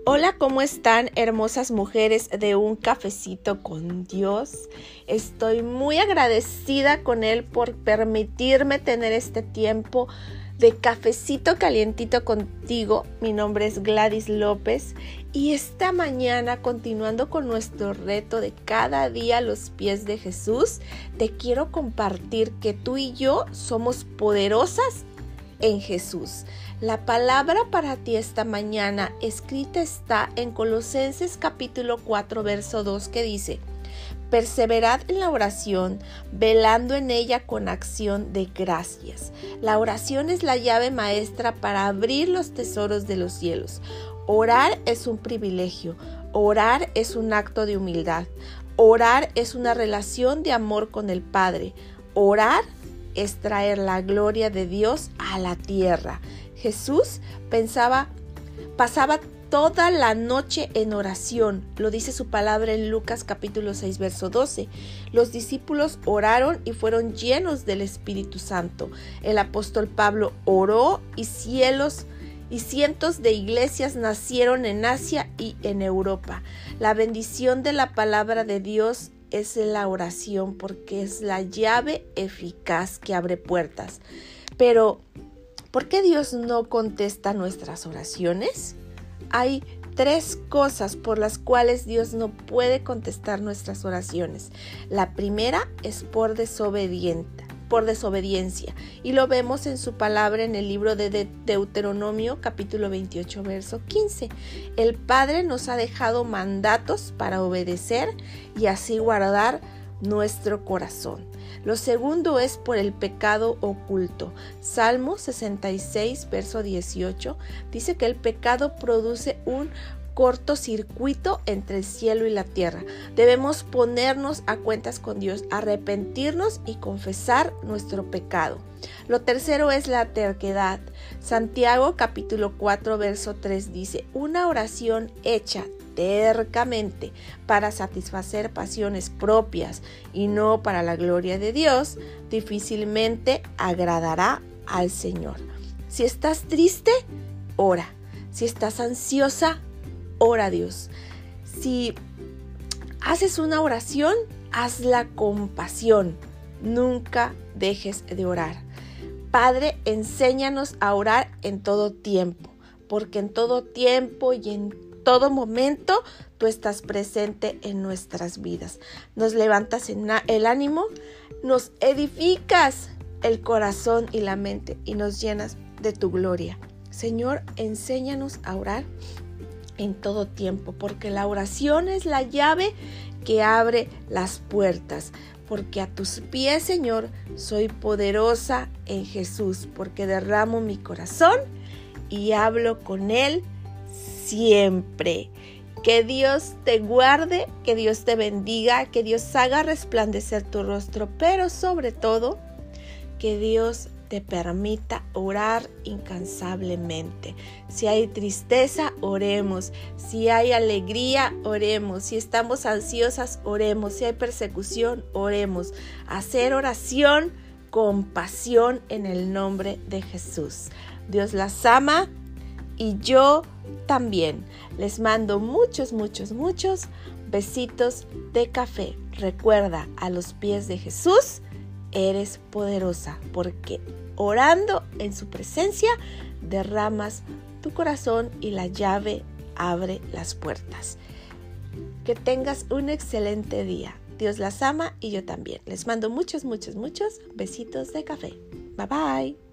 Hola, ¿cómo están, hermosas mujeres de Un Cafecito con Dios? Estoy muy agradecida con Él por permitirme tener este tiempo de cafecito calientito contigo. Mi nombre es Gladys López y esta mañana, continuando con nuestro reto de cada día a los pies de Jesús, te quiero compartir que tú y yo somos poderosas en Jesús. La palabra para ti esta mañana escrita está en Colosenses capítulo 4 verso 2 que dice: perseverad en la oración, velando en ella con acción de gracias. La oración es la llave maestra para abrir los tesoros de los cielos. Orar es un privilegio, orar es un acto de humildad, orar es una relación de amor con el Padre, orar es traer la gloria de Dios a la tierra. Jesús pasaba toda la noche en oración, lo dice su palabra en Lucas capítulo 6 verso 12. Los discípulos oraron y fueron llenos del Espíritu Santo. El apóstol Pablo oró y cientos de iglesias nacieron en Asia y en Europa. La bendición de la palabra de Dios es la oración, porque es la llave eficaz que abre puertas. Pero, ¿por qué Dios no contesta nuestras oraciones? Hay 3 cosas por las cuales Dios no puede contestar nuestras oraciones. La primera es por desobediencia, y lo vemos en su palabra en el libro de Deuteronomio capítulo 28 verso 15. El Padre nos ha dejado mandatos para obedecer y así guardar nuestro corazón. Lo segundo es por el pecado oculto. Salmo 66 verso 18 dice que el pecado produce un cortocircuito entre el cielo y la tierra. Debemos ponernos a cuentas con Dios, arrepentirnos y confesar nuestro pecado. Lo tercero es la terquedad. Santiago capítulo 4 verso 3 dice: una oración hecha tercamente para satisfacer pasiones propias y no para la gloria de Dios, difícilmente agradará al Señor. Si estás triste, ora. Si estás ansiosa, ora a Dios. Si haces una oración, hazla con pasión. Nunca dejes de orar. Padre, enséñanos a orar en todo tiempo, porque en todo tiempo y en todo momento tú estás presente en nuestras vidas. Nos levantas el ánimo, nos edificas el corazón y la mente y nos llenas de tu gloria. Señor, enséñanos a orar en todo tiempo, porque la oración es la llave que abre las puertas. Porque a tus pies, Señor, soy poderosa en Jesús, porque derramo mi corazón y hablo con Él siempre. Que Dios te guarde, que Dios te bendiga, que Dios haga resplandecer tu rostro, pero sobre todo, que Dios te permita orar incansablemente. Si hay tristeza, oremos. Si hay alegría, oremos. Si estamos ansiosas, oremos. Si hay persecución, oremos. Hacer oración con pasión en el nombre de Jesús. Dios las ama y yo también. Les mando muchos besitos de café. Recuerda, a los pies de Jesús eres poderosa, porque orando en su presencia derramas tu corazón y la llave abre las puertas. Que tengas un excelente día. Dios las ama y yo también. Les mando muchos besitos de café. Bye bye.